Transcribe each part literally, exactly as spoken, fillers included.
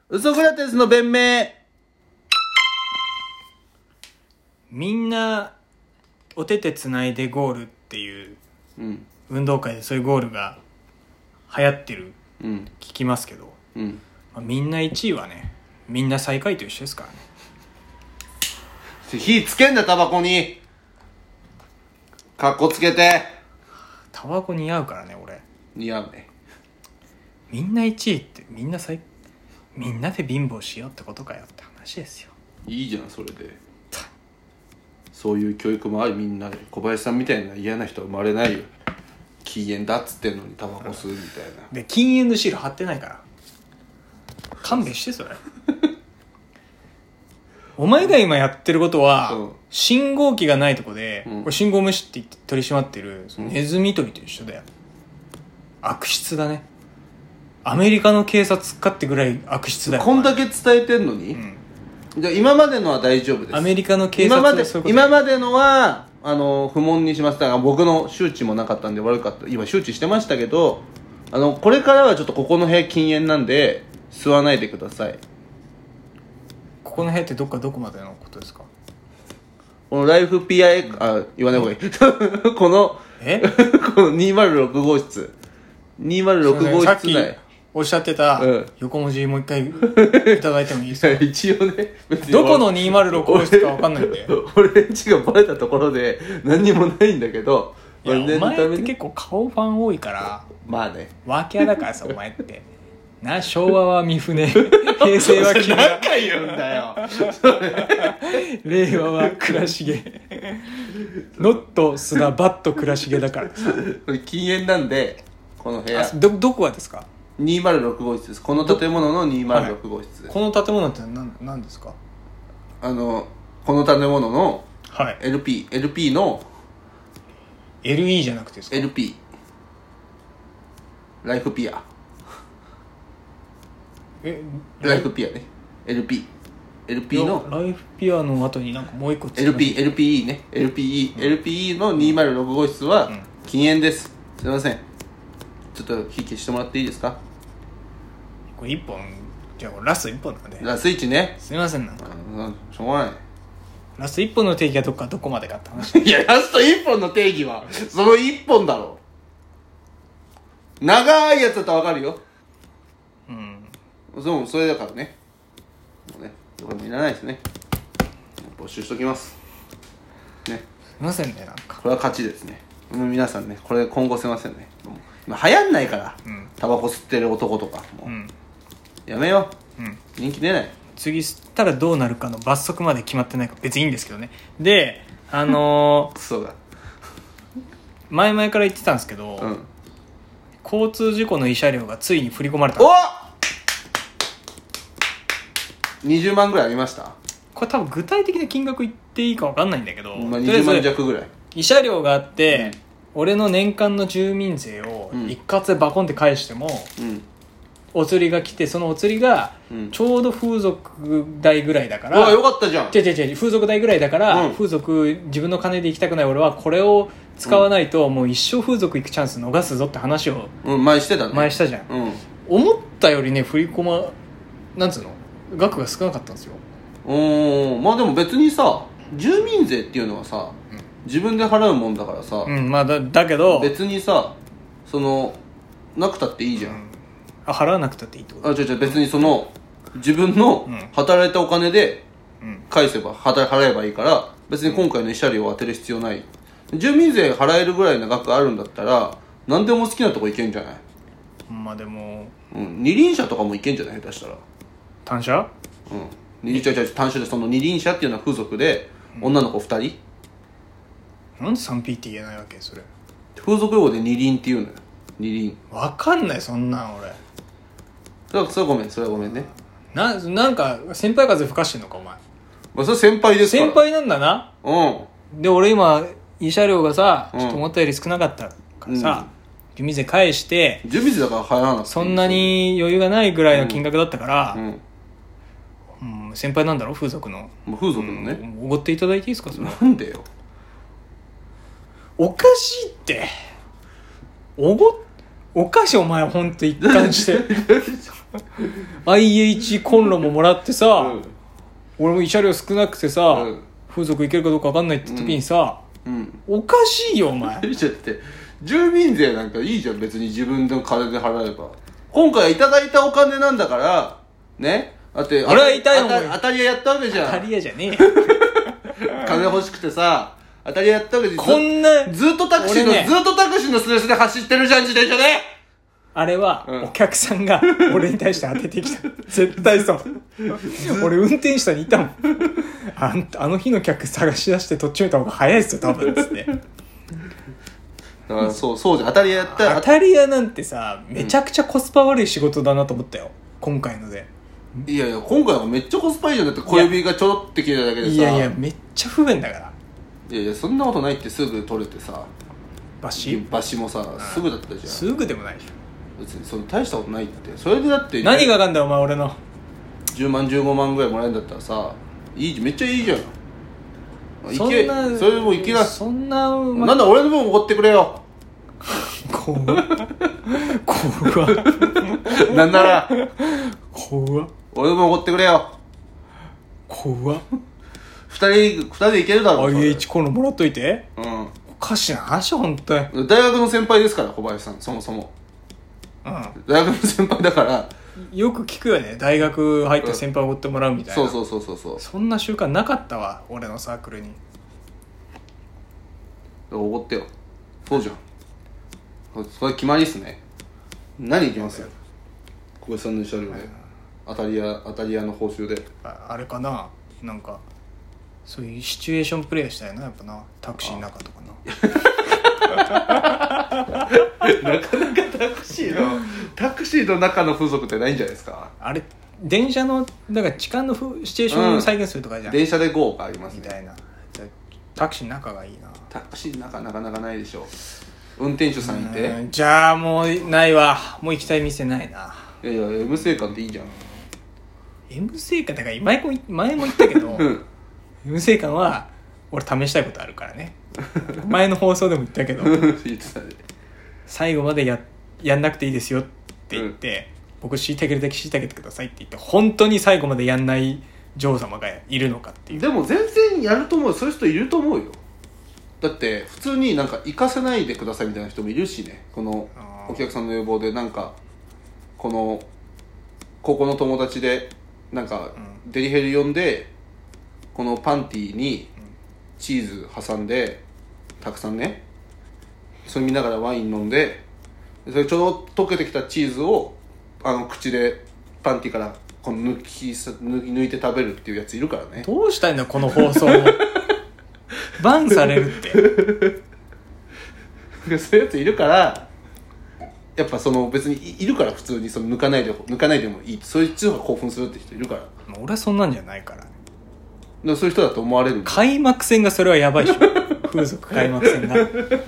ウソクラテスの弁明。 みんなお手手つないでゴールっていううん運動会でそういうゴールが流行ってるうん聞きますけど、 うんまあ、みんないちいはねみんな最下位と一緒ですからね。 火つけんだタバコに。かっこつけて。 タバコ似合うからね俺。 似合うね。 みんないちいってみんな最みんなで貧乏しようってことかよって話ですよ。 いいじゃんそれで。そういう教育もあり、みんなで小林さんみたいな嫌な人は生まれないよ。禁煙だっつってんのにタバコ吸うみたいな。 で禁煙のシール貼ってないから勘弁してそれお前が今やってることは、うん、信号機がないとこで、うん、これ信号無視って言って取り締まってるそのネズミ捕りと一緒だよ、うん、悪質だね。アメリカの警察かってぐらい悪質だよ。 こんだけ伝えてんのに、うんじゃ今までのは大丈夫です。 アメリカの警察今まで今までのはあの不問にしましたが、僕の周知もなかったんで悪かった。今周知してましたけど、あのこれからはちょっとここの部屋禁煙なんで吸わないでください。 ここの部屋ってどっかどこまでのことですか？ このライフ ピーアイ あ言わない方がいいこのえこのにまるろく号室にまるろく号室内おっしゃってた横文字もう一回いただいてもいいですか？ 一応ねどこのにまるろく号室か分かんないんで俺んちがバレたところで何にもないんだけど、 いやお前って結構顔ファン多いからまあねワーキャーだからさお前ってな。昭和は三船平成は木村何回言うんだよ令和は倉重ノット須田バット倉重だからさこれ禁煙なんでこの部屋ど、どこはですか？ にまるろく号室です。この建物のにまるろく号室、はい、 この建物って何、何ですか？ あのこの建物の エルピー、 はい、 エルピー のエルイー じゃなくてですか？ エルピー ライフピアえライフピアね エルピー エルピー のライフピアの後になんかもう一個つきました。 エルピー エルピーイー ね エルピーイー、うん、エルピーイー のにまるろく号室は禁煙です、うん、すいませんちょっと火消してもらっていいですか？ これいっぽんじゃあラストいっぽんなんでラストいちね。 すいませんなんか、 うん、しょうがない。 ラストいっぽんの定義はどっかどこまでかって話いやラストいっぽんの定義はそのいっぽんだろ。長いやつだったら分かるよ。うんそうそれだからね。もうねこれもいらないですね。募集しときますね。 すいませんねなんかこれは勝ちですね。皆さんねこれ今後すいませんね。今流行んないからタバコ吸ってる男とかもう、うん、やめよう、うん、人気出ない。 次吸ったらどうなるかの罰則まで決まってないから別にいいんですけどね。であのー、 そうだ前々から言ってたんですけど、うん、交通事故の慰謝料がついに振り込まれた。 おにじゅうまんぐらいありました。 これ多分具体的な金額言っていいか分かんないんだけど、 まあ、にじゅうまん弱ぐらい慰謝料があって、うん俺の年間の住民税を一括でバコンって返しても、うん、お釣りが来てそのお釣りがちょうど風俗代ぐらいだから、 うわよかったじゃん。 違う違う違う風俗代ぐらいだから、うん、風俗自分の金で行きたくない俺はこれを使わないと、うん、もう一生風俗行くチャンス逃すぞって話を、 うん、前してたね。 前したじゃん、うん、思ったよりね振り込まなんつうの額が少なかったんですよ。 おまあでも別にさ住民税っていうのはさ、うん自分で払うもんだからさ、 うんまあ、だ, だけど別にさそのなくたっていいじゃん、うん、 あ払わなくたっていいってこと？ あ違う違う別にその自分の働いたお金で返せば払えばいいから別に今回の慰謝料を当てる必要ない。住民税払えるぐらいの額あるんだったら何でも好きなとこ行けんじゃない？ まあでも、 うん、二輪車とかも行けんじゃない下手したら。 単車？ うん二輪車違う単車でその二輪車っていうのは風俗で、うん、女の子ふたりなんで スリーピー って言えないわけそれ。 風俗用語で二輪って言うのよ。二輪わかんないそんなん俺。 それはそれはごめんそれはごめんね。 ななんか先輩風吹かしてんのかお前。 まあそれ先輩ですから。 先輩なんだな。うんで俺今慰謝料がさちょっと思ったより少なかったからさ、うん、住民税返して住民税だから入らなくてそんなに余裕がないぐらいの金額だったから、うんうんうん、先輩なんだろ風俗の。 風俗のねおご、うん、っていただいていいですかそれ。 なんでよおかしいっておごおかしいお前ほんと一貫してアイエイチ コンロももらってさ、 うん、 俺も慰謝料少なくてさ、うん、風俗行けるかどうか分かんないって時にさ、うんうん、おかしいよお前。 だって住民税なんかいいじゃん、別に自分の金で払えば。今回はいただいたお金なんだからね。だって俺は痛いもん。 当たり屋やったわけじゃん。 当たり屋じゃねえよ金欲しくてさ、当たり屋やったわけで、 こんなずっとタクシーの、ね、ずっとタクシーのスレスで走ってるじゃん、自転車で。 あれは、うん、お客さんが俺に対して当ててきた。絶対そう。俺運転手さんにいたもん。あ, あの日の客探し出してとっちめた方が早いっすよ多分っつって。 だからそうそうじゃん、当たり屋やったら。 当たり屋なんてさ、めちゃくちゃコスパ悪い仕事だなと思ったよ、今回ので。 いやいや、今回はめっちゃコスパいいじゃん。だって小指がちょろって切れただけでさ。 いやいや、めっちゃ不便だから。 いやいや、そんなことないって。すぐ取れてさ、 バシバシもさ、すぐだったじゃん。 すぐでもないでしょ別に。その大したことないって。それでだって、 何がわかんだよお前俺の。 じゅうまんじゅうごまんぐらいもらえるんだったらさ、いい、めっちゃいいじゃん。 そんな、 それでもいけない。 そんな、ま、 なんだ俺の分おごってくれよ。 怖っ怖っなんなら怖っ俺の分おごってくれよ。 怖っ二人二人でいけるだろ。 アイエイチ コンロもらっといて。 うん、 おかしな話本当に。 大学の先輩ですから小林さん、そもそも。うん、大学の先輩だから。 よく聞くよね、大学入って先輩おごってもらうみたいな、 うん、そうそうそうそう。 そんな習慣なかったわ俺のサークルに。 おごってよ。そうじゃん、それ決まりっすね。何いきますよ小林さんの慰謝料で。当たり屋当たり屋の報酬で。 あ, あれかな、なんかそういうシチュエーションプレイしたいな、やっぱな。タクシーの中とかななかなかタクシーのタクシーの中の風俗ってないんじゃないですか。 あれ電車のだから痴漢のシチュエーションを再現するとかじゃん、 うん、電車で ゴー がありますねみたいな。タクシーの中がいいな。 タクシーの中なかなかないでしょ。運転手さんいて。 じゃあもうないわ、もう行きたい店ないな。 いやいや M 生館っていいじゃん。 M 生館だから前も前も言ったけどM 生館は俺試したいことあるからね前の放送でも言ったけど言ってたね、最後まで や, やんなくていいですよって言って、うん、僕椎茸だけ椎茸てくださいって言って、本当に最後までやんない女王様がいるのかっていう。 でも全然やると思う。そういう人いると思うよ。だって普通になんか行かせないでくださいみたいな人もいるしね。このお客さんの要望でなんかこの高校の友達でなんかデリヘル呼んで、このパンティーにチーズ挟んでたくさんね、それ見ながらワイン飲んで、それちょうど溶けてきたチーズをあの口でパンティーからこの抜き抜いて食べるっていうやついるからね。 どうしたいんだこの放送バンされるってそういうやついるから、やっぱその別にいるから、普通にその抜かないで抜かないでもいい、そういう人が興奮するって人いるから。 俺はそんなんじゃないからね。 でそういう人だと思われる。 開幕戦がそれはやばいでしょ風俗開幕戦がちょっ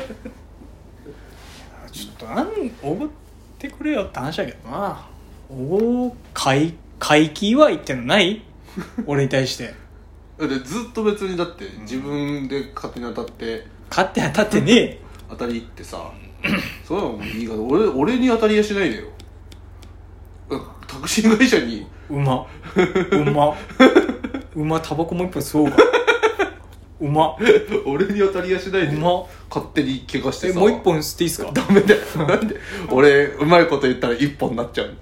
となんおごってくれよって話だけどな。おご会会期祝いってのない俺に対してでずっと別にだって自分で勝手に当たって、うん、 勝手に当たってねえ当たりってさそういうのもいいから、俺俺に当たりやしないでよ。タクシー会社にうまうまうまタバコも一本吸おうかうま俺に当たりやしないでうま勝手に怪我してさ。 もう一本吸っていいっすか。 ダメだよなんで俺うまいこと言ったら一本になっちゃう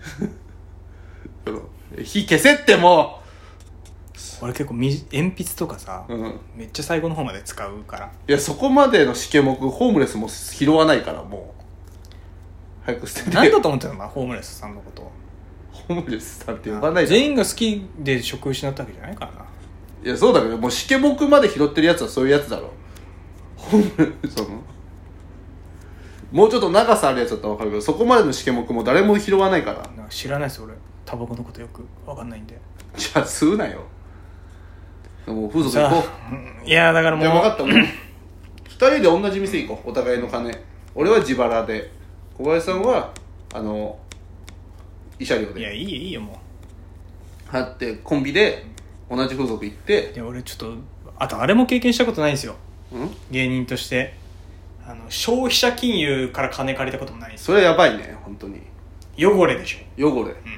火消せってもう。 俺結構鉛筆とかさ、 うん、 めっちゃ最後の方まで使うから。 いやそこまでのしけもくホームレスも拾わないから、もう早く捨てて。 何だと思ってるのなホームレスさんのこと。 ホームレスさんって呼ばない。 全員が好きで職失ったわけじゃないからな。 いやそうだけど、もうしけもくまで拾ってるやつはそういうやつだろ。ホームレスそのもうちょっと長さあるやつだったら分かるけど、そこまでのしけもくも誰も拾わないから。 なんか知らないです俺、タバコのことよく分かんないんで。 じゃあ吸うなよ。もう風俗行こう。いやだからもうじゃあ分かった、もうふたりで同じ店行こう。お互いの金。俺は自腹で、小林さんはあの慰謝料で。 いやいいよいいよもうはってコンビで同じ風俗行って。 いや俺ちょっとあとあれも経験したことないんですよ。 ん芸人としてあの消費者金融から金借りたこともないんですよ。 それやばいね本当に。 汚れでしょ。 汚れ、うん、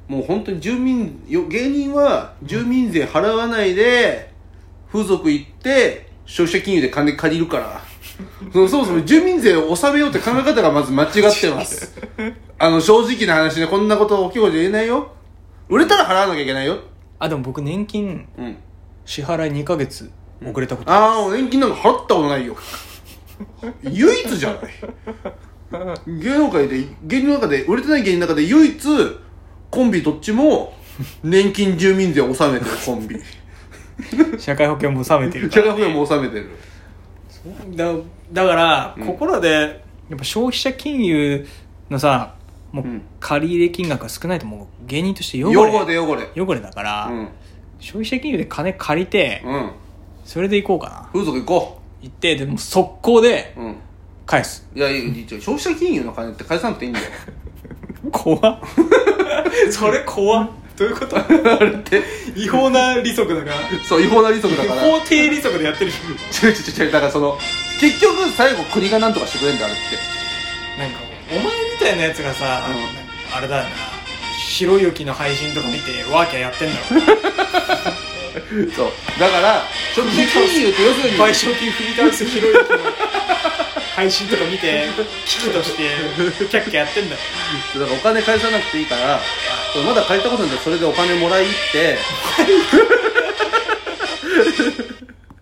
もう本当に住民よ芸人は住民税払わないで風俗行って消費者金融で金借りるからそ, そもそも住民税を納めようって考え方がまず間違ってますあの正直な話ね、こんなこと大きいこと言えないよ。売れたら払わなきゃいけないよ。 あでも僕年金、うん、支払いにかげつ遅れたことある、うん、ああ年金なんか払ったことないよ唯一じゃない芸能界で芸人の中で売れてない芸人の中で唯一コンビどっちも年金住民税を納めてるコンビ社会保険も納めてるから、ね、社会保険も納めてる。 だ, だから、うん、ここらでやっぱ消費者金融のさもう借り入れ金額が少ないともう芸人として汚れ汚れ汚れ汚れだから、うん、消費者金融で金借りて、 うん、 それで行こうかな。 風俗行こう行ってでも速攻で返す、 うん、いやいや消費者金融の金って返さなくていいんだよ怖っそれ怖っどういうことあれって違法な利息だからそう違法な利息だから法定利息でやってる違う違う違うだからその結局最後国がなんとかしてくれるんだあれってなんかお前みたいなやつがさ、うん、あれだよなひろゆきの配信とか見てワーキャーやってんだろうそうだから消費者金融って要するに賠償金振り倒すひろゆきの配信とか見て危機としてキャッキャやってんだよだからお金返さなくていいからまだ借りたことなんでそれでお金もらいって